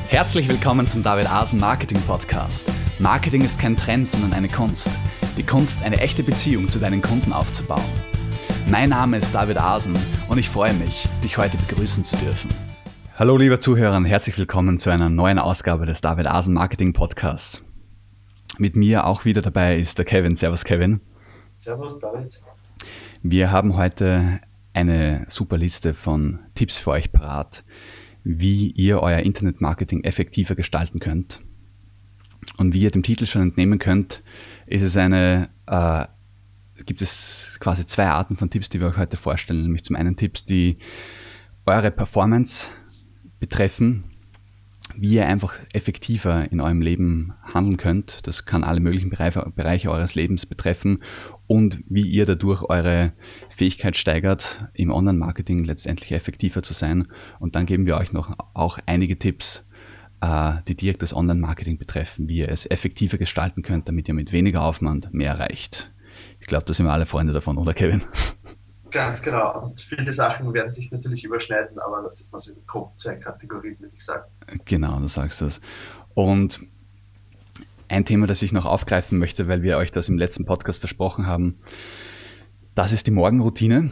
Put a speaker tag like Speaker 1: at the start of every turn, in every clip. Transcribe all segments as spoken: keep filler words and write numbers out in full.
Speaker 1: Herzlich willkommen zum David Asen Marketing Podcast. Marketing ist kein Trend, sondern eine Kunst. Die Kunst, eine echte Beziehung zu deinen Kunden aufzubauen. Mein Name ist David Asen und ich freue mich, dich heute begrüßen zu dürfen. Hallo liebe Zuhörer und herzlich willkommen zu einer neuen Ausgabe des David Asen Marketing Podcasts. Mit mir auch wieder dabei ist der Kevin. Servus Kevin.
Speaker 2: Servus David.
Speaker 1: Wir haben heute eine super Liste von Tipps für euch parat, wie ihr euer Internetmarketing effektiver gestalten könnt. Und wie ihr dem Titel schon entnehmen könnt, ist es eine, äh, gibt es quasi zwei Arten von Tipps, die wir euch heute vorstellen. Nämlich zum einen Tipps, die eure Performance betreffen, wie ihr einfach effektiver in eurem Leben handeln könnt. Das kann alle möglichen Bereiche, Bereiche eures Lebens betreffen und wie ihr dadurch eure Fähigkeit steigert, im Online-Marketing letztendlich effektiver zu sein. Und dann geben wir euch noch auch einige Tipps, äh, die direkt das Online-Marketing betreffen, wie ihr es effektiver gestalten könnt, damit ihr mit weniger Aufwand mehr erreicht. Ich glaube, da sind wir alle Freunde davon, oder Kevin?
Speaker 2: Ganz genau. Und viele Sachen werden sich natürlich überschneiden, aber das ist mal so grob zwei Kategorien, würde ich sagen.
Speaker 1: Genau, du sagst das. Und ein Thema, das ich noch aufgreifen möchte, weil wir euch das im letzten Podcast versprochen haben, das ist die Morgenroutine.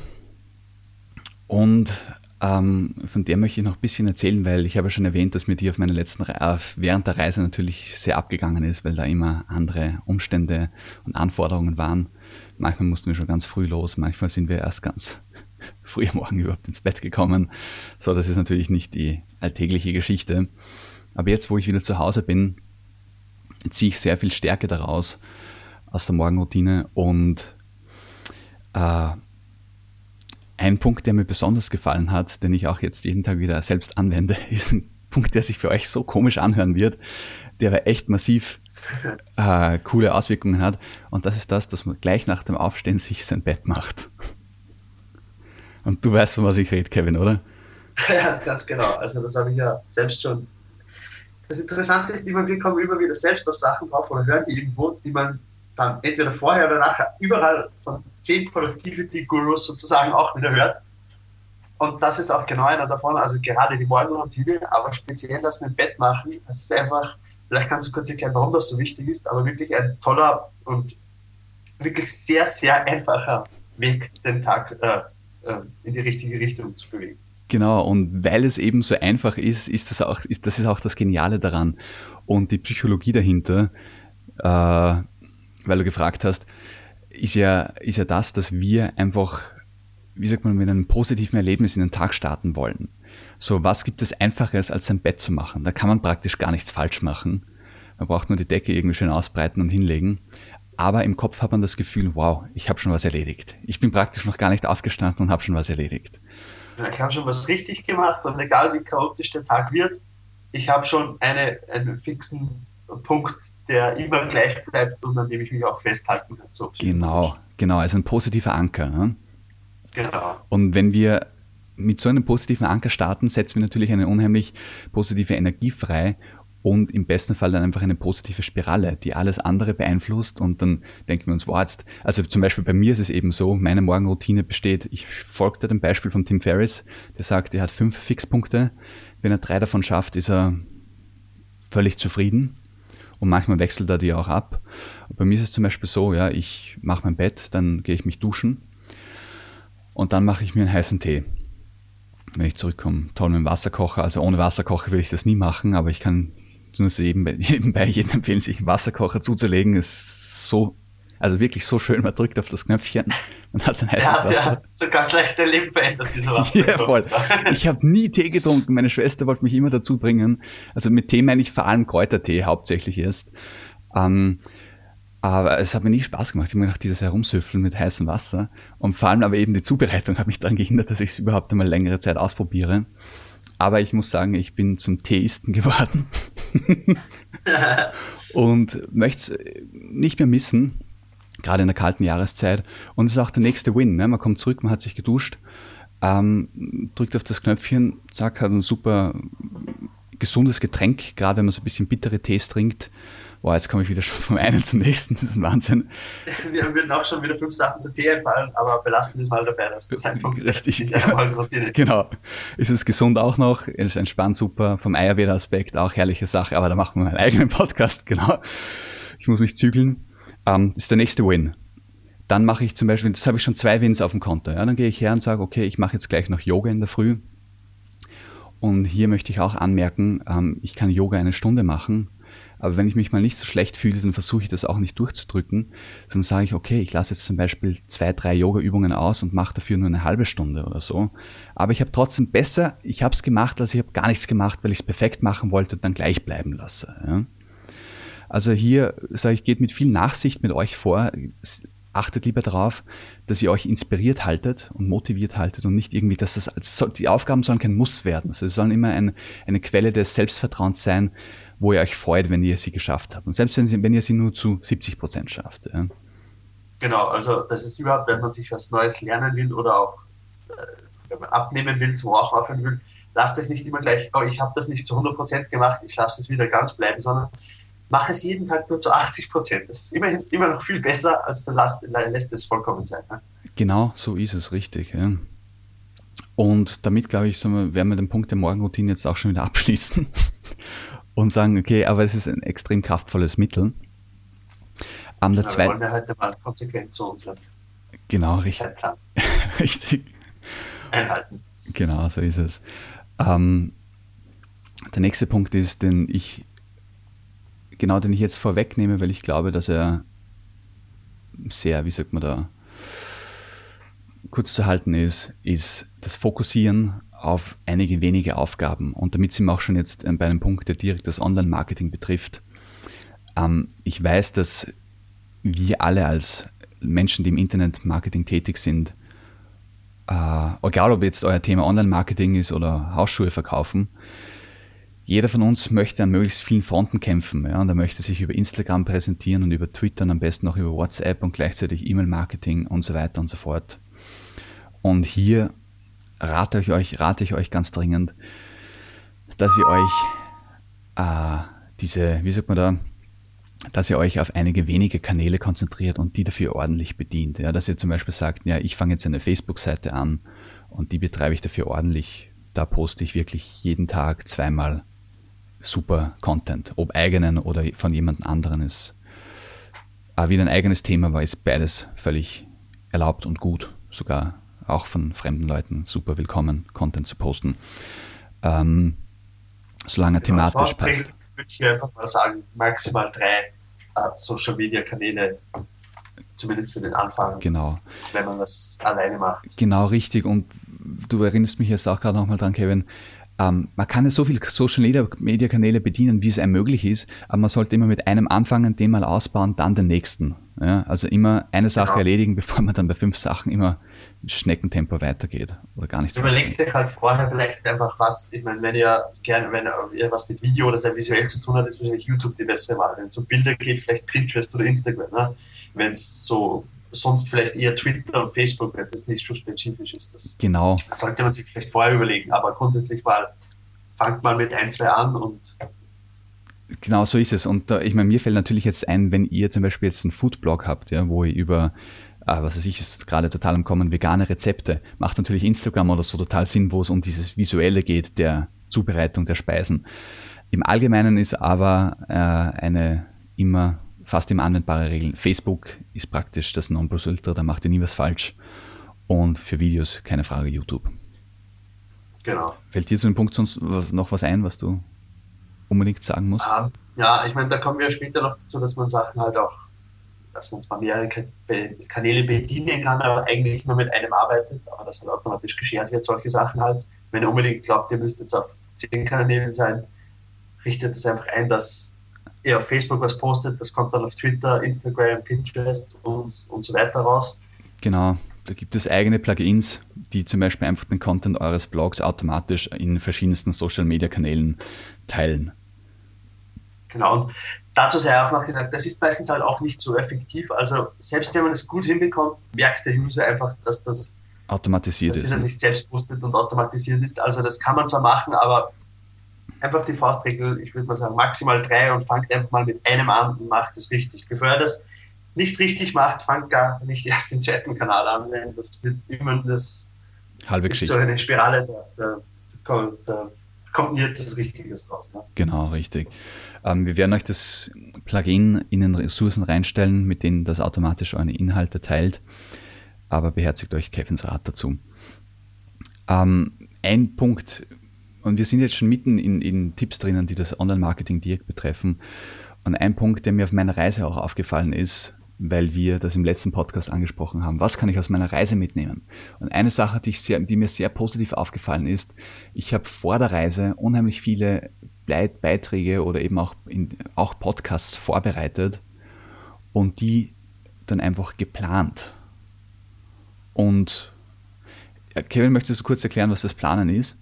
Speaker 1: Und ähm, von der möchte ich noch ein bisschen erzählen, weil ich habe ja schon erwähnt, dass mir die auf meiner letzten Re- während der Reise natürlich sehr abgegangen ist, weil da immer andere Umstände und Anforderungen waren. Manchmal mussten wir schon ganz früh los, manchmal sind wir erst ganz früh am Morgen überhaupt ins Bett gekommen. So, das ist natürlich nicht die alltägliche Geschichte. Aber jetzt, wo ich wieder zu Hause bin, ziehe ich sehr viel Stärke daraus aus der Morgenroutine. Und äh, ein Punkt, der mir besonders gefallen hat, den ich auch jetzt jeden Tag wieder selbst anwende, ist ein Punkt, der sich für euch so komisch anhören wird, der aber echt massiv äh, coole Auswirkungen hat. Und das ist das, dass man gleich nach dem Aufstehen sich sein Bett macht. Und du weißt, von was ich rede, Kevin, oder?
Speaker 2: Ja, ganz genau. Also das habe ich ja selbst schon. Das Interessante ist, wir kommen immer wieder selbst auf Sachen drauf oder hören die irgendwo, die man dann entweder vorher oder nachher überall von zehn Productivity-Gurus sozusagen auch wieder hört. Und das ist auch genau einer davon, also gerade die Morgenroutine, aber speziell das mit dem Bett machen, das ist einfach, vielleicht kannst du kurz erklären, warum das so wichtig ist, aber wirklich ein toller und wirklich sehr, sehr einfacher Weg, den Tag äh, äh, in die richtige Richtung zu bewegen.
Speaker 1: Genau, und weil es eben so einfach ist, ist das auch, ist, das ist auch das Geniale daran. Und die Psychologie dahinter, äh, weil du gefragt hast, ist ja, ist ja das, dass wir einfach, wie sagt man, mit einem positiven Erlebnis in den Tag starten wollen. So, was gibt es Einfaches, als sein Bett zu machen? Da kann man praktisch gar nichts falsch machen. Man braucht nur die Decke irgendwie schön ausbreiten und hinlegen. Aber im Kopf hat man das Gefühl, wow, ich habe schon was erledigt. Ich bin praktisch noch gar nicht aufgestanden und habe schon was erledigt.
Speaker 2: Ich habe schon was richtig gemacht und egal wie chaotisch der Tag wird, ich habe schon eine, einen fixen Punkt, der immer gleich bleibt und an dem ich mich auch festhalten kann. So
Speaker 1: Genau, genau, also ein positiver Anker. Ne?
Speaker 2: Genau.
Speaker 1: Und wenn wir mit so einem positiven Anker starten, setzen wir natürlich eine unheimlich positive Energie frei und im besten Fall dann einfach eine positive Spirale, die alles andere beeinflusst und dann denken wir uns, wow, jetzt, also zum Beispiel bei mir ist es eben so, meine Morgenroutine besteht, ich folge da dem Beispiel von Tim Ferriss, der sagt, er hat fünf Fixpunkte, wenn er drei davon schafft, ist er völlig zufrieden und manchmal wechselt er die auch ab. Und bei mir ist es zum Beispiel so, ja, ich mache mein Bett, dann gehe ich mich duschen und dann mache ich mir einen heißen Tee. Wenn ich zurückkomme, toll mit dem Wasserkocher, also ohne Wasserkocher will ich das nie machen, aber ich kann nur nebenbei jedem empfehlen, sich einen Wasserkocher zuzulegen, ist so, also wirklich so schön, man drückt auf das Knöpfchen und hat sein heißes
Speaker 2: ja,
Speaker 1: Wasser.
Speaker 2: Ja, so ganz leicht dein Leben verändert, dieser Wasserkocher.
Speaker 1: Ja, voll. Ich habe nie Tee getrunken, meine Schwester wollte mich immer dazu bringen, also mit Tee meine ich vor allem Kräutertee hauptsächlich erst, ähm, aber es hat mir nie Spaß gemacht. Ich habe mir gedacht, dieses Herumsüffeln mit heißem Wasser und vor allem aber eben die Zubereitung hat mich daran gehindert, dass ich es überhaupt einmal längere Zeit ausprobiere. Aber ich muss sagen, ich bin zum Teeisten geworden und möchte es nicht mehr missen, gerade in der kalten Jahreszeit. Und es ist auch der nächste Win. Ne? Man kommt zurück, man hat sich geduscht, ähm, drückt auf das Knöpfchen, zack, hat ein super gesundes Getränk, gerade wenn man so ein bisschen bittere Tees trinkt. Boah, jetzt komme ich wieder schon vom einen zum nächsten, das ist ein Wahnsinn.
Speaker 2: Wir würden auch schon wieder fünf Sachen zu Tee einfallen, aber belassen wir es mal dabei, dass das einfach
Speaker 1: richtig
Speaker 2: nicht eine Morgenroutine ist.
Speaker 1: Genau. Ist es gesund auch noch, ist entspannt super, vom Ayurveda-Aspekt auch herrliche Sache, aber da machen wir einen eigenen Podcast, genau. Ich muss mich zügeln. Ähm, das ist der nächste Win. Dann mache ich zum Beispiel, das habe ich schon zwei Wins auf dem Konto. Ja, dann gehe ich her und sage, okay, ich mache jetzt gleich noch Yoga in der Früh. Und hier möchte ich auch anmerken, ähm, ich kann Yoga eine Stunde machen, aber wenn ich mich mal nicht so schlecht fühle, dann versuche ich das auch nicht durchzudrücken, sondern sage ich, okay, ich lasse jetzt zum Beispiel zwei, drei Yoga-Übungen aus und mache dafür nur eine halbe Stunde oder so. Aber ich habe trotzdem besser, ich habe es gemacht, als ich habe gar nichts gemacht, weil ich es perfekt machen wollte und dann gleich bleiben lasse. Ja. Also hier sage ich, geht mit viel Nachsicht mit euch vor. Achtet lieber darauf, dass ihr euch inspiriert haltet und motiviert haltet und nicht irgendwie, dass das als, die Aufgaben sollen kein Muss werden. Also es sollen immer ein, eine Quelle des Selbstvertrauens sein, wo ihr euch freut, wenn ihr sie geschafft habt. Und selbst wenn, sie, wenn ihr sie nur zu siebzig Prozent schafft. Ja.
Speaker 2: Genau, also das ist überhaupt, wenn man sich was Neues lernen will oder auch äh, wenn man abnehmen will, zum Rauchen aufhören will, lasst euch nicht immer gleich, oh, ich habe das nicht zu hundert Prozent gemacht, ich lasse es wieder ganz bleiben, sondern mach es jeden Tag nur zu achtzig Prozent. Das ist immerhin immer noch viel besser, als du lässt, lässt es vollkommen sein. Ne?
Speaker 1: Genau, so ist es, richtig. Ja. Und damit, glaube ich, werden wir den Punkt der Morgenroutine jetzt auch schon wieder abschließen und sagen, okay, aber es ist ein extrem kraftvolles Mittel. Um, der
Speaker 2: ja, wir wollen ja heute mal konsequent zu unserem
Speaker 1: genau, richtig.
Speaker 2: Zeitplan
Speaker 1: richtig.
Speaker 2: einhalten.
Speaker 1: Genau, so ist es. Um, der nächste Punkt ist, den ich genau, den ich jetzt vorwegnehme, weil ich glaube, dass er sehr, wie sagt man da, kurz zu halten ist, ist das Fokussieren auf einige wenige Aufgaben. Und damit sind wir auch schon jetzt bei einem Punkt, der direkt das Online-Marketing betrifft. Ähm, ich weiß, dass wir alle als Menschen, die im Internet-Marketing tätig sind, äh, egal ob jetzt euer Thema Online-Marketing ist oder Hausschuhe verkaufen, jeder von uns möchte an möglichst vielen Fronten kämpfen. Ja, und er möchte sich über Instagram präsentieren und über Twitter und am besten auch über WhatsApp und gleichzeitig E-Mail-Marketing und so weiter und so fort. Und hier rate ich euch, rate ich euch ganz dringend, dass ihr euch äh, diese, wie sagt man da, dass ihr euch auf einige wenige Kanäle konzentriert und die dafür ordentlich bedient. Ja, dass ihr zum Beispiel sagt, ja, ich fange jetzt eine Facebook-Seite an und die betreibe ich dafür ordentlich. Da poste ich wirklich jeden Tag zweimal super Content, ob eigenen oder von jemand anderen ist. Aber wieder ein eigenes Thema war, ist beides völlig erlaubt und gut, sogar auch von fremden Leuten super willkommen, Content zu posten. Ähm, solange er
Speaker 2: genau,
Speaker 1: thematisch passt.
Speaker 2: Würde ich hier einfach mal sagen, maximal drei äh, Social-Media-Kanäle, zumindest für den Anfang,
Speaker 1: genau.
Speaker 2: Wenn man das alleine macht.
Speaker 1: Genau, richtig. Und du erinnerst mich jetzt auch gerade nochmal dran, Kevin, ähm, man kann ja so viele Social-Media-Kanäle bedienen, wie es einem möglich ist, aber man sollte immer mit einem anfangen, den mal ausbauen, dann den nächsten. Ja, also immer eine Sache genau. erledigen, bevor man dann bei fünf Sachen immer mit Schneckentempo weitergeht oder gar nichts.
Speaker 2: Überlegt euch halt vorher vielleicht einfach was, ich meine, wenn ihr gerne, wenn ihr was mit Video oder sehr visuell zu tun habt, ist wahrscheinlich YouTube die bessere Wahl. Wenn es um Bilder geht, vielleicht Pinterest oder Instagram. Ne? Wenn es so sonst vielleicht eher Twitter und Facebook, wenn das nicht so spezifisch ist. Das
Speaker 1: genau.
Speaker 2: sollte man sich vielleicht vorher überlegen, aber grundsätzlich mal, fangt mal mit ein, zwei an und
Speaker 1: genau so ist es. Und uh, ich meine, mir fällt natürlich jetzt ein, wenn ihr zum Beispiel jetzt einen Foodblog habt, ja, wo ihr über, uh, was weiß ich, ist gerade total am Kommen, vegane Rezepte, macht natürlich Instagram oder so total Sinn, wo es um dieses Visuelle geht, der Zubereitung der Speisen. Im Allgemeinen ist aber uh, eine immer fast immer anwendbare Regel. Facebook ist praktisch das Nonplusultra, da macht ihr nie was falsch. Und für Videos, keine Frage, YouTube.
Speaker 2: Genau.
Speaker 1: Fällt dir zu dem Punkt sonst noch was ein, was du unbedingt sagen musst?
Speaker 2: Um, ja, ich meine, da kommen wir später noch dazu, dass man Sachen halt auch, dass man zwar mehrere Kanäle bedienen kann, aber eigentlich nur mit einem arbeitet, aber das halt automatisch geshared wird, solche Sachen halt. Wenn ihr unbedingt glaubt, ihr müsst jetzt auf zehn Kanälen sein, richtet es einfach ein, dass ihr auf Facebook was postet, das kommt dann auf Twitter, Instagram, Pinterest und, und so weiter raus.
Speaker 1: Genau, da gibt es eigene Plugins, die zum Beispiel einfach den Content eures Blogs automatisch in verschiedensten Social-Media-Kanälen teilen.
Speaker 2: Genau, und dazu sei auch noch gesagt, das ist meistens halt auch nicht so effektiv, also selbst wenn man es gut hinbekommt, merkt der User einfach, dass das
Speaker 1: automatisiert
Speaker 2: dass
Speaker 1: ist.
Speaker 2: Dass das nicht selbst postet und automatisiert ist, also das kann man zwar machen, aber einfach die Faustregel, ich würde mal sagen, maximal drei und fangt einfach mal mit einem an und macht es richtig. Bevor ihr das nicht richtig macht, fangt gar nicht erst den zweiten Kanal an, denn das wird immer das
Speaker 1: halbe
Speaker 2: ist
Speaker 1: Geschichte.
Speaker 2: so eine Spirale, da, da, da, da kommt nie etwas Richtiges raus. Ne?
Speaker 1: Genau, richtig. Ähm, wir werden euch das Plugin in den Ressourcen reinstellen, mit denen das automatisch eure Inhalte teilt, aber beherzigt euch Kevins Rat dazu. Ähm, ein Punkt, und wir sind jetzt schon mitten in, in Tipps drinnen, die das Online-Marketing direkt betreffen. Und ein Punkt, der mir auf meiner Reise auch aufgefallen ist, weil wir das im letzten Podcast angesprochen haben, was kann ich aus meiner Reise mitnehmen? Und eine Sache, die, ich sehr, die mir sehr positiv aufgefallen ist, ich habe vor der Reise unheimlich viele Beiträge oder eben auch, in, auch Podcasts vorbereitet und die dann einfach geplant. Und Kevin, möchtest du kurz erklären, was das Planen ist?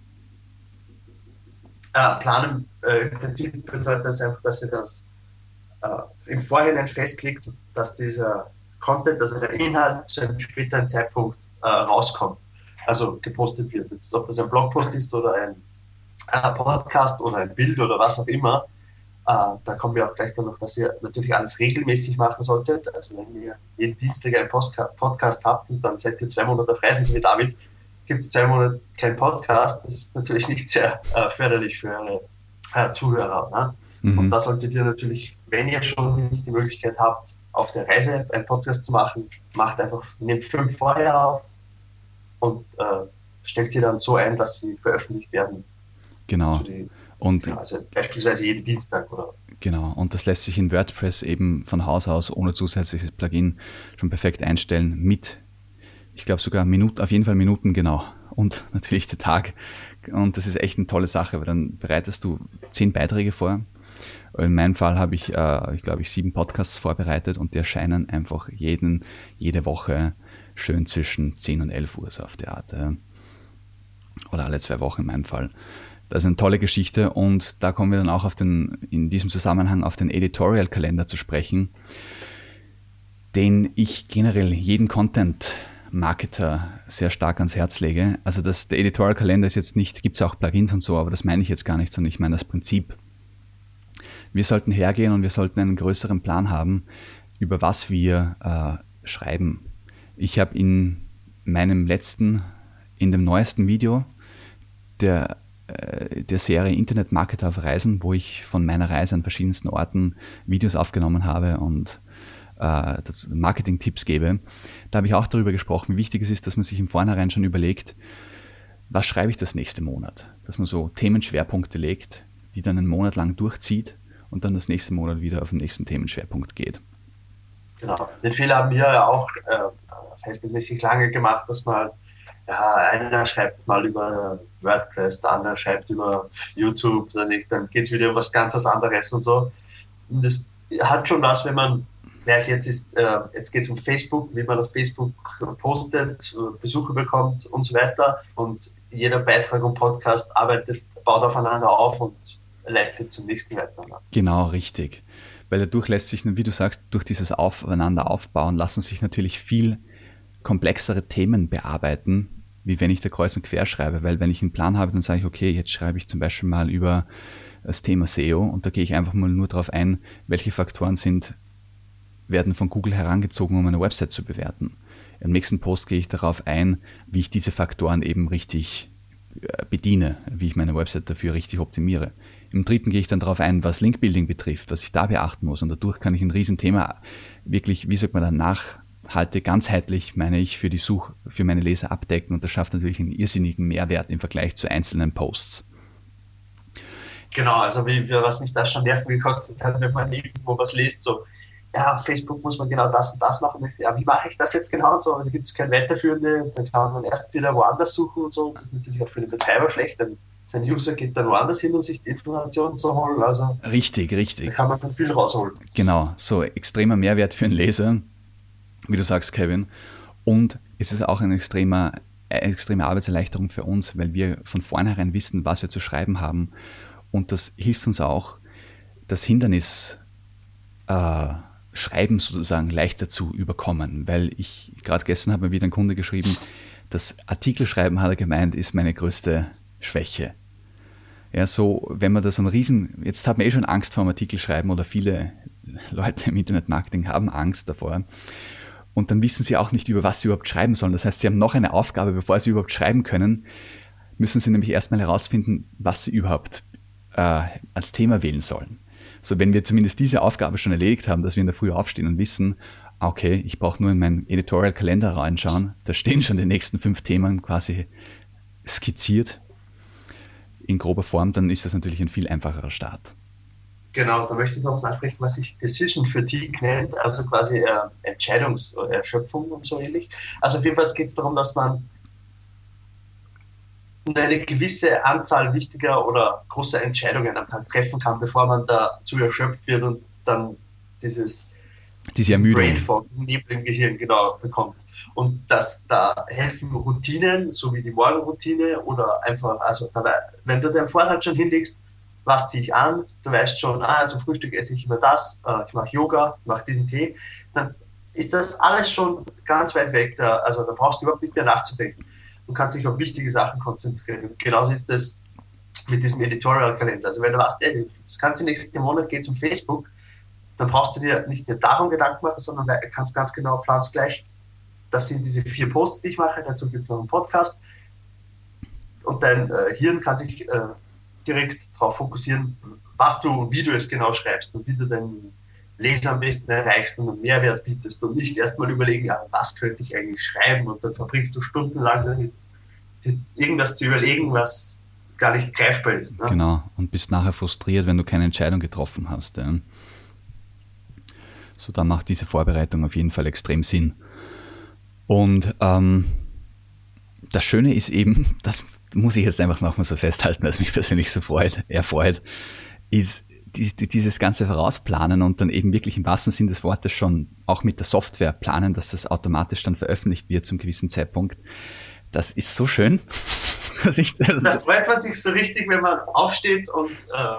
Speaker 2: Äh, planen äh, im Prinzip bedeutet das einfach, dass ihr das äh, im Vorhinein festlegt, dass dieser Content, also der Inhalt zu einem späteren Zeitpunkt äh, rauskommt, also gepostet wird. Jetzt, ob das ein Blogpost ist oder ein äh, Podcast oder ein Bild oder was auch immer, äh, da kommen wir auch gleich dann noch, dass ihr natürlich alles regelmäßig machen solltet. Also wenn ihr jeden Dienstag einen Postka- Podcast habt und dann seid ihr zwei Monate auf Reisen, so wie David, gibt es zwei Monate kein Podcast, das ist natürlich nicht sehr äh, förderlich für eure äh, Zuhörer. Ne? Mhm. Und da solltet ihr natürlich, wenn ihr schon nicht die Möglichkeit habt, auf der Reise einen Podcast zu machen, macht einfach, nehmt fünf vorher auf und äh, stellt sie dann so ein, dass sie veröffentlicht werden.
Speaker 1: Genau.
Speaker 2: Die,
Speaker 1: und
Speaker 2: ja, also beispielsweise jeden Dienstag. Oder?
Speaker 1: Genau, und das lässt sich in WordPress eben von Haus aus ohne zusätzliches Plugin schon perfekt einstellen mit, ich glaube sogar Minuten, auf jeden Fall Minuten genau und natürlich der Tag. Und das ist echt eine tolle Sache, weil dann bereitest du zehn Beiträge vor. In meinem Fall habe ich, äh, ich glaube ich, sieben Podcasts vorbereitet und die erscheinen einfach jeden, jede Woche schön zwischen zehn und elf Uhr so auf der Art. Äh, oder alle zwei Wochen in meinem Fall. Das ist eine tolle Geschichte und da kommen wir dann auch auf den, in diesem Zusammenhang auf den Editorial-Kalender zu sprechen, den ich generell jeden Content-Marketer sehr stark ans Herz lege. Also das, der Editorial-Kalender ist jetzt nicht, gibt es auch Plugins und so, aber das meine ich jetzt gar nicht, sondern ich meine das Prinzip. Wir sollten hergehen und wir sollten einen größeren Plan haben, über was wir äh, schreiben. Ich habe in meinem letzten, in dem neuesten Video der der Serie Internet Marketer auf Reisen, wo ich von meiner Reise an verschiedensten Orten Videos aufgenommen habe und äh, Marketing-Tipps gebe. Da habe ich auch darüber gesprochen, wie wichtig es ist, dass man sich im Vornherein schon überlegt, was schreibe ich das nächste Monat? Dass man so Themenschwerpunkte legt, die dann einen Monat lang durchzieht und dann das nächste Monat wieder auf den nächsten Themenschwerpunkt geht.
Speaker 2: Genau. Den Fehler haben wir ja auch äh, verhältnismäßig lange gemacht, dass man ja, einer schreibt mal über WordPress, der andere schreibt über YouTube, dann, dann geht es wieder um was ganz anderes und so. Und das hat schon was, wenn man weiß, jetzt ist, äh, jetzt geht es um Facebook, wie man auf Facebook postet, Besucher bekommt und so weiter. Und jeder Beitrag und Podcast arbeitet, baut aufeinander auf und leitet zum nächsten weiter.
Speaker 1: Genau, richtig. Weil dadurch lässt sich, wie du sagst, durch dieses Aufeinander aufbauen, lassen sich natürlich viel komplexere Themen bearbeiten, wie wenn ich da kreuz und quer schreibe, weil wenn ich einen Plan habe, dann sage ich, okay, jetzt schreibe ich zum Beispiel mal über das Thema S E O und da gehe ich einfach mal nur darauf ein, welche Faktoren sind, werden von Google herangezogen, um eine Website zu bewerten. Im nächsten Post gehe ich darauf ein, wie ich diese Faktoren eben richtig bediene, wie ich meine Website dafür richtig optimiere. Im dritten gehe ich dann darauf ein, was Linkbuilding betrifft, was ich da beachten muss und dadurch kann ich ein Riesenthema wirklich, wie sagt man dann, nach halte ganzheitlich, meine ich, für die Such, für meine Leser abdecken und das schafft natürlich einen irrsinnigen Mehrwert im Vergleich zu einzelnen Posts.
Speaker 2: Genau, also wie, was mich da schon Nerven gekostet hat, wenn man irgendwo was liest, so, ja, auf Facebook muss man genau das und das machen, und denkst, ja, wie mache ich das jetzt genau und so, da gibt es keine weiterführende, dann kann man erst wieder woanders suchen und so, das ist natürlich auch für den Betreiber schlecht, denn sein User geht dann woanders hin, um sich die Informationen zu holen, also
Speaker 1: richtig, richtig.
Speaker 2: Da kann man dann viel rausholen.
Speaker 1: Genau, so extremer Mehrwert für den Leser, wie du sagst, Kevin. Und es ist auch eine extreme, eine extreme Arbeitserleichterung für uns, weil wir von vornherein wissen, was wir zu schreiben haben. Und das hilft uns auch, das Hindernis äh, Schreiben sozusagen leichter zu überkommen. Weil ich, gerade gestern hat mir wieder ein Kunde geschrieben, das Artikelschreiben, hat er gemeint, ist meine größte Schwäche. Ja, so, wenn man da so einen riesen, jetzt hat man eh schon Angst vor dem Artikel schreiben oder viele Leute im Internetmarketing haben Angst davor. Und dann wissen sie auch nicht, über was sie überhaupt schreiben sollen. Das heißt, sie haben noch eine Aufgabe, bevor sie überhaupt schreiben können, müssen sie nämlich erstmal herausfinden, was sie überhaupt äh, als Thema wählen sollen. So, wenn wir zumindest diese Aufgabe schon erledigt haben, dass wir in der Früh aufstehen und wissen, okay, ich brauche nur in meinen Editorial-Kalender reinschauen, da stehen schon die nächsten fünf Themen quasi skizziert in grober Form, dann ist das natürlich ein viel einfacherer Start.
Speaker 2: Genau, da möchte ich noch was ansprechen, was sich Decision Fatigue nennt, also quasi äh, Entscheidungserschöpfung und so ähnlich. Also auf jeden Fall geht es darum, dass man eine gewisse Anzahl wichtiger oder großer Entscheidungen am Tag treffen kann, bevor man da zu erschöpft wird und dann dieses
Speaker 1: Diese Ermüdung.
Speaker 2: Brain Fog, diesen Nebel im Gehirn genau bekommt. Und dass da helfen Routinen, so wie die Morgenroutine oder einfach, also dabei, wenn du den Vortag schon hinlegst, was ziehe ich an, du weißt schon, ah, zum Frühstück esse ich immer das, äh, ich mache Yoga, ich mache diesen Tee, dann ist das alles schon ganz weit weg, da, also da brauchst du überhaupt nicht mehr nachzudenken. Du kannst dich auf wichtige Sachen konzentrieren. Und genauso ist das mit diesem Editorial-Kalender. Also wenn du weißt, ey, das ganze nächste Monat geht um Facebook, dann brauchst du dir nicht nur darum Gedanken machen, sondern du kannst ganz genau planen gleich, das sind diese vier Posts, die ich mache, dazu gibt es noch einen Podcast und dein äh, Hirn kann sich äh, direkt darauf fokussieren, was du und wie du es genau schreibst und wie du deinen Leser am besten erreichst und einen Mehrwert bietest und nicht erstmal überlegen, ja, was könnte ich eigentlich schreiben und dann verbringst du stundenlang damit, irgendwas zu überlegen, was gar nicht greifbar ist. Ne?
Speaker 1: Genau, und bist nachher frustriert, wenn du keine Entscheidung getroffen hast. Ja. So, da macht diese Vorbereitung auf jeden Fall extrem Sinn. Und ähm, das Schöne ist eben, das muss ich jetzt einfach nochmal so festhalten, was mich persönlich so freut, erfreut, ist die, die, dieses ganze Vorausplanen und dann eben wirklich im wahrsten Sinn des Wortes schon auch mit der Software planen, dass das automatisch dann veröffentlicht wird zum gewissen Zeitpunkt. Das ist so schön. Dass ich das
Speaker 2: da freut man sich so richtig, wenn man aufsteht und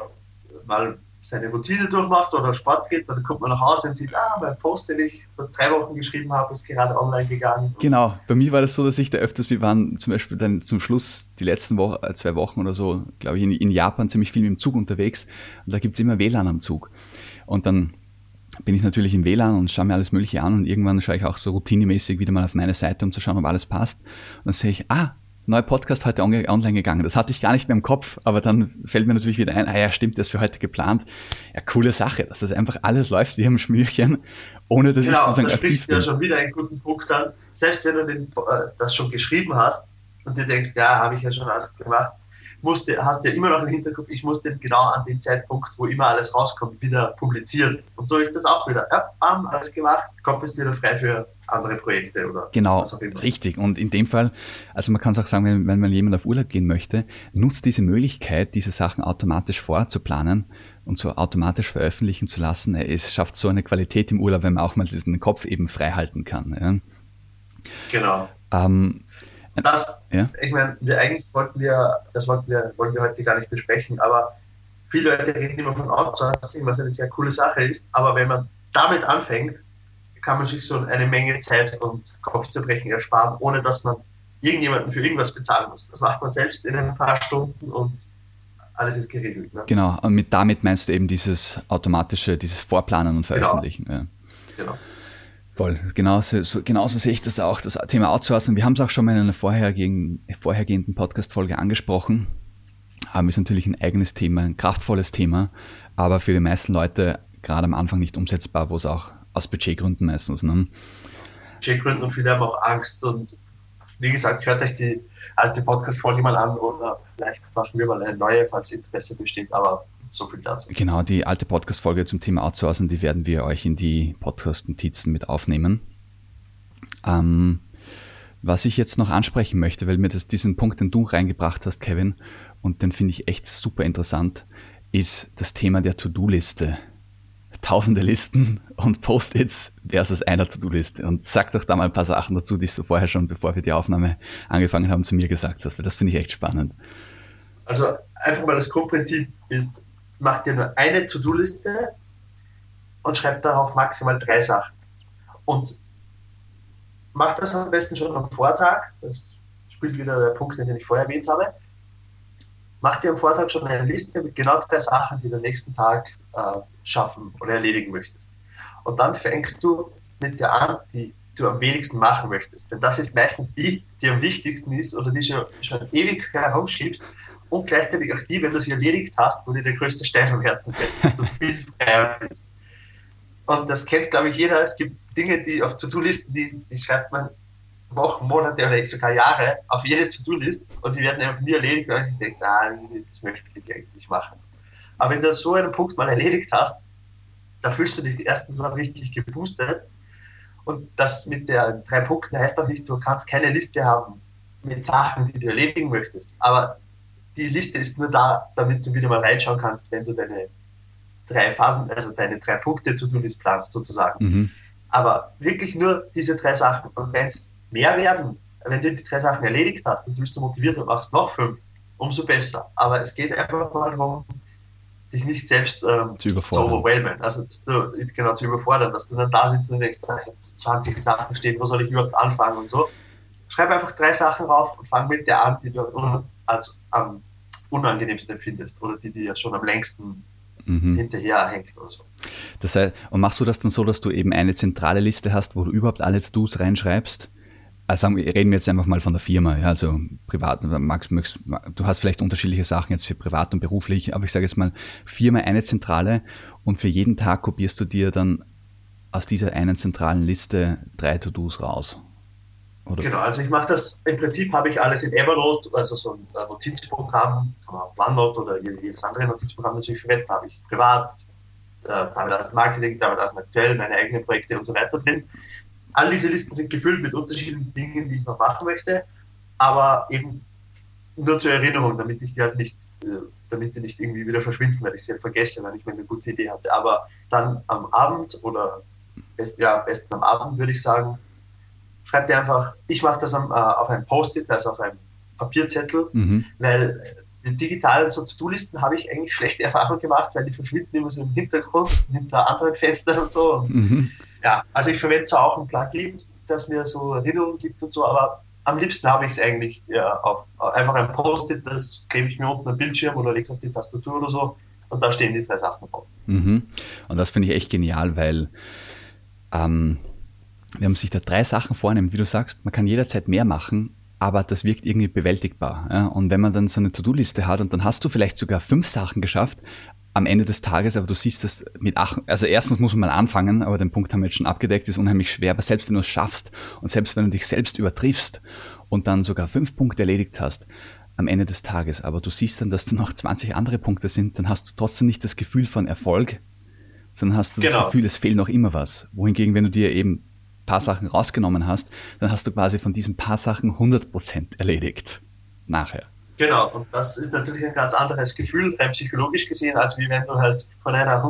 Speaker 2: äh, mal seine Routine durchmacht oder Sport geht, dann kommt man nach Hause und sieht, ah, mein Post, den ich vor drei Wochen geschrieben habe, ist gerade online gegangen.
Speaker 1: Genau, bei mir war das so, dass ich da öfters, wir waren zum Beispiel dann zum Schluss die letzten Woche, zwei Wochen oder so, glaube ich, in, in Japan ziemlich viel mit dem Zug unterwegs und da gibt es immer W L A N am Zug. Und dann bin ich natürlich im W L A N und schaue mir alles Mögliche an und irgendwann schaue ich auch so routinemäßig wieder mal auf meine Seite, um zu schauen, ob alles passt. Und dann sehe ich, ah, neuer Podcast heute online gegangen. Das hatte ich gar nicht mehr im Kopf, aber dann fällt mir natürlich wieder ein, ah ja, stimmt, das ist für heute geplant. Ja, coole Sache, dass das einfach alles läuft wie am Schmürchen, ohne dass
Speaker 2: genau,
Speaker 1: ich sozusagen
Speaker 2: da sprichst du ja
Speaker 1: bin.
Speaker 2: schon wieder einen guten Punkt an. Selbst wenn du den, äh, das schon geschrieben hast und dir denkst, ja, habe ich ja schon alles gemacht, musst du, hast du ja immer noch im Hinterkopf, ich muss den genau an dem Zeitpunkt, wo immer alles rauskommt, wieder publizieren. Und so ist das auch wieder. Ja, bam, alles gemacht, Kopf ist wieder frei für andere Projekte oder
Speaker 1: genau,
Speaker 2: was auch immer.
Speaker 1: Richtig. Und in dem Fall, also man kann es auch sagen, wenn, wenn man jemand auf Urlaub gehen möchte, nutzt diese Möglichkeit, diese Sachen automatisch vorzuplanen und so automatisch veröffentlichen zu lassen. Es schafft so eine Qualität im Urlaub, wenn man auch mal diesen Kopf eben frei halten kann. Ja.
Speaker 2: Genau.
Speaker 1: Ähm,
Speaker 2: das,
Speaker 1: ja?
Speaker 2: Ich meine, wir eigentlich wollten wir, das wollten wir, wollen wir heute gar nicht besprechen, aber viele Leute reden immer von Outsourcing, was eine sehr coole Sache ist, aber wenn man damit anfängt, kann man sich so eine Menge Zeit und Kopfzerbrechen ersparen, ohne dass man irgendjemanden für irgendwas bezahlen muss. Das macht man selbst in ein paar Stunden und alles ist geregelt. Ne?
Speaker 1: Genau, und mit, damit meinst du eben dieses automatische, dieses Vorplanen und Veröffentlichen.
Speaker 2: Genau.
Speaker 1: Ja.
Speaker 2: Genau.
Speaker 1: Voll, genauso, so, genauso sehe ich das auch, das Thema Outsourcing. Wir haben es auch schon mal in einer vorhergehenden, vorhergehenden Podcast-Folge angesprochen. Ähm, ist natürlich ein eigenes Thema, ein kraftvolles Thema, aber für die meisten Leute gerade am Anfang nicht umsetzbar, wo es auch aus Budgetgründen meistens. Ne?
Speaker 2: Budgetgründen und viele haben auch Angst und wie gesagt, hört euch die alte Podcast-Folge mal an oder vielleicht machen wir mal eine neue, falls Interesse besteht, aber so viel dazu.
Speaker 1: Genau, die alte Podcast-Folge zum Thema Outsourcing, die werden wir euch in die Podcast-Notizen mit aufnehmen. Ähm, was ich jetzt noch ansprechen möchte, weil mir das, diesen Punkt, den du reingebracht hast, Kevin, und den finde ich echt super interessant, ist das Thema der To-Do-Liste. Tausende Listen und Post-its versus einer To-Do-Liste. Und sag doch da mal ein paar Sachen dazu, die du vorher schon, bevor wir die Aufnahme angefangen haben, zu mir gesagt hast, weil das finde ich echt spannend.
Speaker 2: Also einfach mal das Grundprinzip ist, mach dir nur eine To-Do-Liste und schreib darauf maximal drei Sachen. Und mach das am besten schon am Vortag, das spielt wieder der Punkt, den ich vorher erwähnt habe. mach dir am Vortag schon eine Liste mit genau drei Sachen, die du am nächsten Tag äh, schaffen oder erledigen möchtest. Und dann fängst du mit der an, die du am wenigsten machen möchtest. Denn das ist meistens die, die am wichtigsten ist oder die schon, schon ewig herumschiebst und gleichzeitig auch die, wenn du sie erledigt hast, wo dir der größte Stein vom Herzen fällt und du viel freier bist. Und das kennt, glaube ich, jeder. Es gibt Dinge, die auf To-Do-Listen, die, die schreibt man Wochen, Monate oder sogar Jahre auf jede To-Do-List und sie werden einfach nie erledigt, weil man sich denkt, nein, das möchte ich eigentlich nicht machen. Aber wenn du so einen Punkt mal erledigt hast, da fühlst du dich erstens mal richtig geboostet. Und das mit den drei Punkten heißt auch nicht, du kannst keine Liste haben mit Sachen, die du erledigen möchtest. Aber die Liste ist nur da, damit du wieder mal reinschauen kannst, wenn du deine drei Phasen, also deine drei Punkte To-Do-List planst sozusagen. Mhm. Aber wirklich nur diese drei Sachen. Und wenn es mehr werden, wenn du die drei Sachen erledigt hast und du bist so motiviert und machst noch fünf, umso besser. Aber es geht einfach mal darum, dich nicht selbst ähm, zu, zu overwhelmen, also dass du, genau zu überfordern, dass du dann da sitzt und denkst, zwanzig Sachen stehen, wo soll ich überhaupt anfangen und so. Schreib einfach drei Sachen rauf und fang mit der an, die du un, also am unangenehmsten empfindest oder die dir schon am längsten mhm. hinterher hängt oder so.
Speaker 1: Das heißt, und machst du das dann so, dass du eben eine zentrale Liste hast, wo du überhaupt alle To-Dos reinschreibst? Also reden wir jetzt einfach mal von der Firma, ja, also privat, magst, magst, du hast vielleicht unterschiedliche Sachen jetzt für privat und beruflich, aber ich sage jetzt mal Firma eine zentrale und für jeden Tag kopierst du dir dann aus dieser einen zentralen Liste drei To-Dos raus. Oder?
Speaker 2: Genau, also ich mache das, im Prinzip habe ich alles in Evernote, also so ein Notizprogramm, kann man OneNote oder jedes andere Notizprogramm natürlich verwenden, da habe ich privat, da habe ich das Marketing, da habe ich das aktuell, meine eigenen Projekte und so weiter drin. All diese Listen sind gefüllt mit unterschiedlichen Dingen, die ich noch machen möchte, aber eben nur zur Erinnerung, damit ich die halt nicht, damit die nicht irgendwie wieder verschwinden, weil ich sie halt vergesse, wenn ich mir eine gute Idee hatte. Aber dann am Abend oder best, ja, am besten am Abend würde ich sagen, schreib dir einfach, ich mache das am, äh, auf einem Post-it, also auf einem Papierzettel, mhm. weil die digitalen so To-Do-Listen habe ich eigentlich schlechte Erfahrungen gemacht, weil die verschwinden immer so im Hintergrund, hinter anderen Fenstern und so. Und mhm. Ja, also ich verwende zwar auch ein Plugin, das mir so Erinnerungen gibt und so, aber am liebsten habe ich es eigentlich ja, auf einfach ein Post-it, das klebe ich mir unten am Bildschirm oder lege es auf die Tastatur oder so und da stehen die drei Sachen drauf.
Speaker 1: Mhm. Und das finde ich echt genial, weil ähm, wenn man sich da drei Sachen vornimmt, wie du sagst, man kann jederzeit mehr machen, aber das wirkt irgendwie bewältigbar. Ja? Und wenn man dann so eine To-Do-Liste hat und dann hast du vielleicht sogar fünf Sachen geschafft, am Ende des Tages, aber du siehst das mit acht, also erstens muss man mal anfangen, aber den Punkt haben wir jetzt schon abgedeckt, ist unheimlich schwer, aber selbst wenn du es schaffst und selbst wenn du dich selbst übertriffst und dann sogar fünf Punkte erledigt hast, am Ende des Tages, aber du siehst dann, dass da noch zwanzig andere Punkte sind, dann hast du trotzdem nicht das Gefühl von Erfolg, sondern hast du genau. das Gefühl, es fehlt noch immer was. Wohingegen, wenn du dir eben ein paar Sachen rausgenommen hast, dann hast du quasi von diesen paar Sachen hundert Prozent erledigt. Nachher.
Speaker 2: Genau, und das ist natürlich ein ganz anderes Gefühl, rein psychologisch gesehen, als wie wenn du halt von einer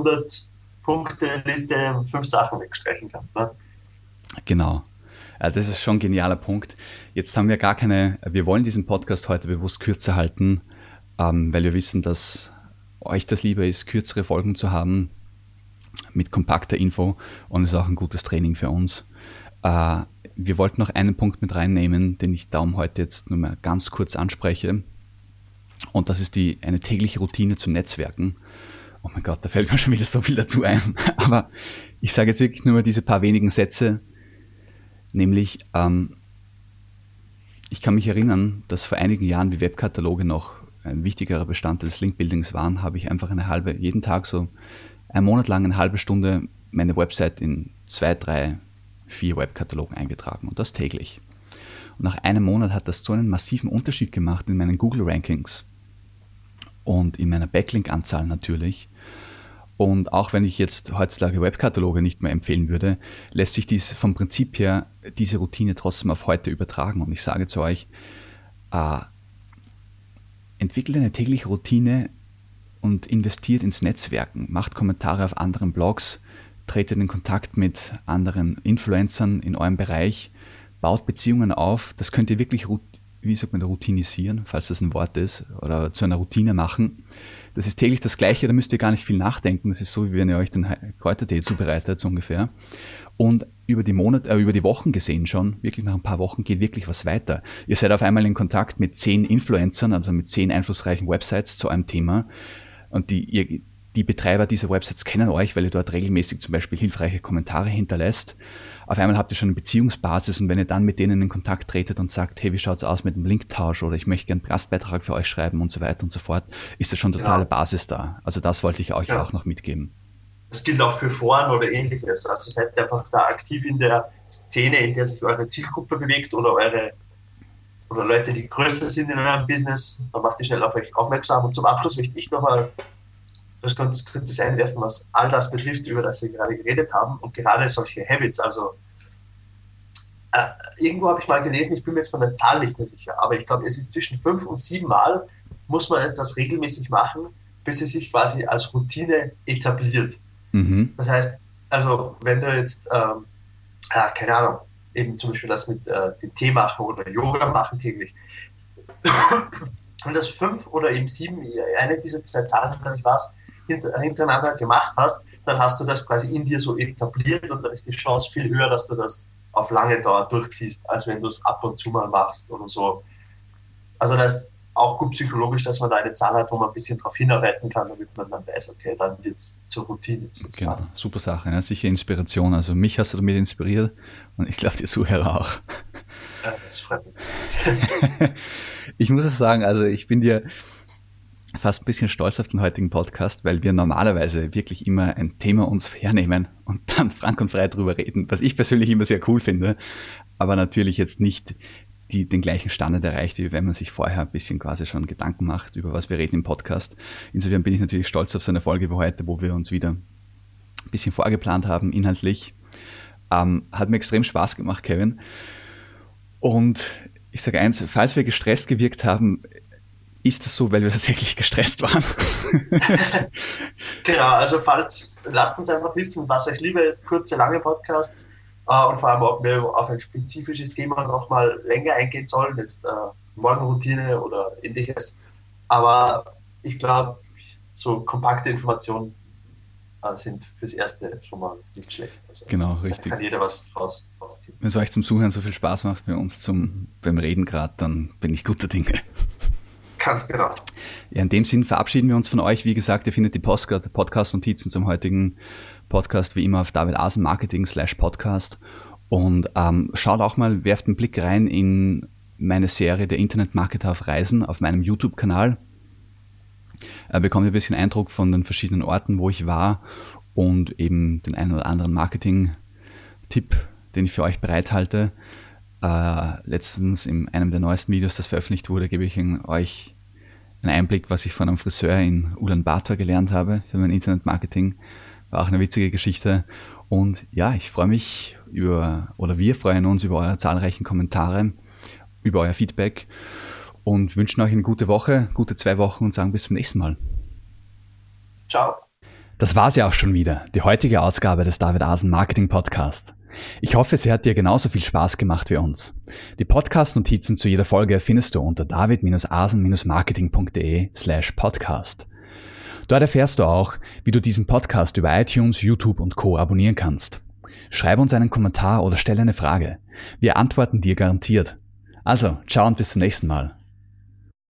Speaker 2: hundert-Punkte-Liste fünf Sachen wegstreichen kannst. Ne?
Speaker 1: Genau. Ja, das ist schon ein genialer Punkt. Jetzt haben wir gar keine, wir wollen diesen Podcast heute bewusst kürzer halten, ähm, weil wir wissen, dass euch das lieber ist, kürzere Folgen zu haben mit kompakter Info und es ist auch ein gutes Training für uns. Äh, wir wollten noch einen Punkt mit reinnehmen, den ich darum heute jetzt nur mal ganz kurz anspreche. Und das ist die eine tägliche Routine zum Netzwerken. Oh mein Gott, da fällt mir schon wieder so viel dazu ein. Aber ich sage jetzt wirklich nur mal diese paar wenigen Sätze. Nämlich, ähm, ich kann mich erinnern, dass vor einigen Jahren, wie Webkataloge noch ein wichtigerer Bestandteil des Linkbuildings waren, habe ich einfach eine halbe, jeden Tag so einen Monat lang eine halbe Stunde meine Website in zwei, drei, vier Webkatalogen eingetragen. Und das täglich. Und nach einem Monat hat das so einen massiven Unterschied gemacht in meinen Google-Rankings. Und in meiner Backlink-Anzahl natürlich. Und auch wenn ich jetzt heutzutage Webkataloge nicht mehr empfehlen würde, lässt sich dies vom Prinzip her diese Routine trotzdem auf heute übertragen. Und ich sage zu euch, äh, entwickelt eine tägliche Routine und investiert ins Netzwerken, macht Kommentare auf anderen Blogs, tretet in Kontakt mit anderen Influencern in eurem Bereich, baut Beziehungen auf. Das könnt ihr wirklich wie sagt man, routinisieren, falls das ein Wort ist, oder zu einer Routine machen. Das ist täglich das Gleiche, da müsst ihr gar nicht viel nachdenken. Das ist so, wie wenn ihr euch den Kräutertee zubereitet, so ungefähr. Und über die Monate, äh, über die Wochen gesehen schon, wirklich nach ein paar Wochen geht wirklich was weiter. Ihr seid auf einmal in Kontakt mit zehn Influencern, also mit zehn einflussreichen Websites zu einem Thema und die, ihr, die Betreiber dieser Websites kennen euch, weil ihr dort regelmäßig zum Beispiel hilfreiche Kommentare hinterlässt. Auf einmal habt ihr schon eine Beziehungsbasis und wenn ihr dann mit denen in Kontakt tretet und sagt, hey, wie schaut's aus mit dem Linktausch oder ich möchte gerne einen Gastbeitrag für euch schreiben und so weiter und so fort, ist da schon totale genau. Basis da. Also das wollte ich euch ja. auch noch mitgeben.
Speaker 2: Das gilt auch für Foren oder ähnliches. Also seid ihr einfach da aktiv in der Szene, in der sich eure Zielgruppe bewegt oder eure oder Leute, die größer sind in eurem Business, dann macht ihr schnell auf euch aufmerksam. Und zum Abschluss möchte ich nochmal das könnte sein einwerfen, was all das betrifft, über das wir gerade geredet haben und gerade solche Habits. Also äh, irgendwo habe ich mal gelesen, ich bin mir jetzt von der Zahl nicht mehr sicher, aber ich glaube, es ist zwischen fünf und sieben Mal muss man etwas regelmäßig machen, bis es sich quasi als Routine etabliert. Mhm. Das heißt, also wenn du jetzt, ähm, ja, keine Ahnung, eben zum Beispiel das mit äh, dem Tee machen oder Yoga machen täglich, wenn das fünf oder eben sieben, eine dieser zwei Zahlen, glaube ich, war es, hintereinander gemacht hast, dann hast du das quasi in dir so etabliert und dann ist die Chance viel höher, dass du das auf lange Dauer durchziehst, als wenn du es ab und zu mal machst oder so. Also das ist auch gut psychologisch, dass man da eine Zahl hat, wo man ein bisschen darauf hinarbeiten kann, damit man dann weiß, okay, dann wird es zur Routine sozusagen.
Speaker 1: Genau, super Sache, ne? Sicher Inspiration. Also mich hast du damit inspiriert und ich glaube die Zuhörer auch.
Speaker 2: Ja, das freut mich.
Speaker 1: Ich muss es sagen, also ich bin dir fast ein bisschen stolz auf den heutigen Podcast, weil wir normalerweise wirklich immer ein Thema uns hernehmen und dann frank und frei drüber reden, was ich persönlich immer sehr cool finde, aber natürlich jetzt nicht die den gleichen Standard erreicht, wie wenn man sich vorher ein bisschen quasi schon Gedanken macht, über was wir reden im Podcast. Insofern bin ich natürlich stolz auf so eine Folge wie heute, wo wir uns wieder ein bisschen vorgeplant haben, inhaltlich. Ähm, hat mir extrem Spaß gemacht, Kevin. Und ich sage eins, falls wir gestresst gewirkt haben, ist das so, weil wir tatsächlich gestresst waren?
Speaker 2: Genau, also falls, lasst uns einfach wissen, was euch lieber ist, kurze, lange Podcasts äh, und vor allem, ob wir auf ein spezifisches Thema nochmal länger eingehen sollen, jetzt äh, Morgenroutine oder ähnliches. Aber ich glaube, so kompakte Informationen äh, sind fürs Erste schon mal nicht schlecht. Also,
Speaker 1: genau, richtig.
Speaker 2: Da kann jeder was draus, rausziehen.
Speaker 1: Wenn es euch zum Zuhören so viel Spaß macht bei uns zum, beim Reden gerade, dann bin ich guter Dinge.
Speaker 2: Ganz genau.
Speaker 1: Ja, in dem Sinn verabschieden wir uns von euch. Wie gesagt, ihr findet die Podcast-Notizen zum heutigen Podcast wie immer auf davidasenmarketing slash podcast und ähm, schaut auch mal, werft einen Blick rein in meine Serie der Internetmarketer auf Reisen auf meinem YouTube-Kanal. Äh, bekommt ihr ein bisschen Eindruck von den verschiedenen Orten, wo ich war und eben den einen oder anderen Marketing-Tipp, den ich für euch bereithalte. Uh, letztens in einem der neuesten Videos, das veröffentlicht wurde, gebe ich euch einen Einblick, was ich von einem Friseur in Ulaanbaatar gelernt habe für mein Internetmarketing. War auch eine witzige Geschichte. Und ja, ich freue mich über, oder wir freuen uns über eure zahlreichen Kommentare, über euer Feedback und wünschen euch eine gute Woche, gute zwei Wochen und sagen bis zum nächsten Mal.
Speaker 2: Ciao.
Speaker 1: Das war's ja auch schon wieder, die heutige Ausgabe des David Asen Marketing Podcasts. Ich hoffe, sie hat dir genauso viel Spaß gemacht wie uns. Die Podcast-Notizen zu jeder Folge findest du unter david-asen-marketing.de slash podcast. Dort erfährst du auch, wie du diesen Podcast über iTunes, YouTube und Co. abonnieren kannst. Schreib uns einen Kommentar oder stell eine Frage. Wir antworten dir garantiert. Also, ciao und bis zum nächsten Mal.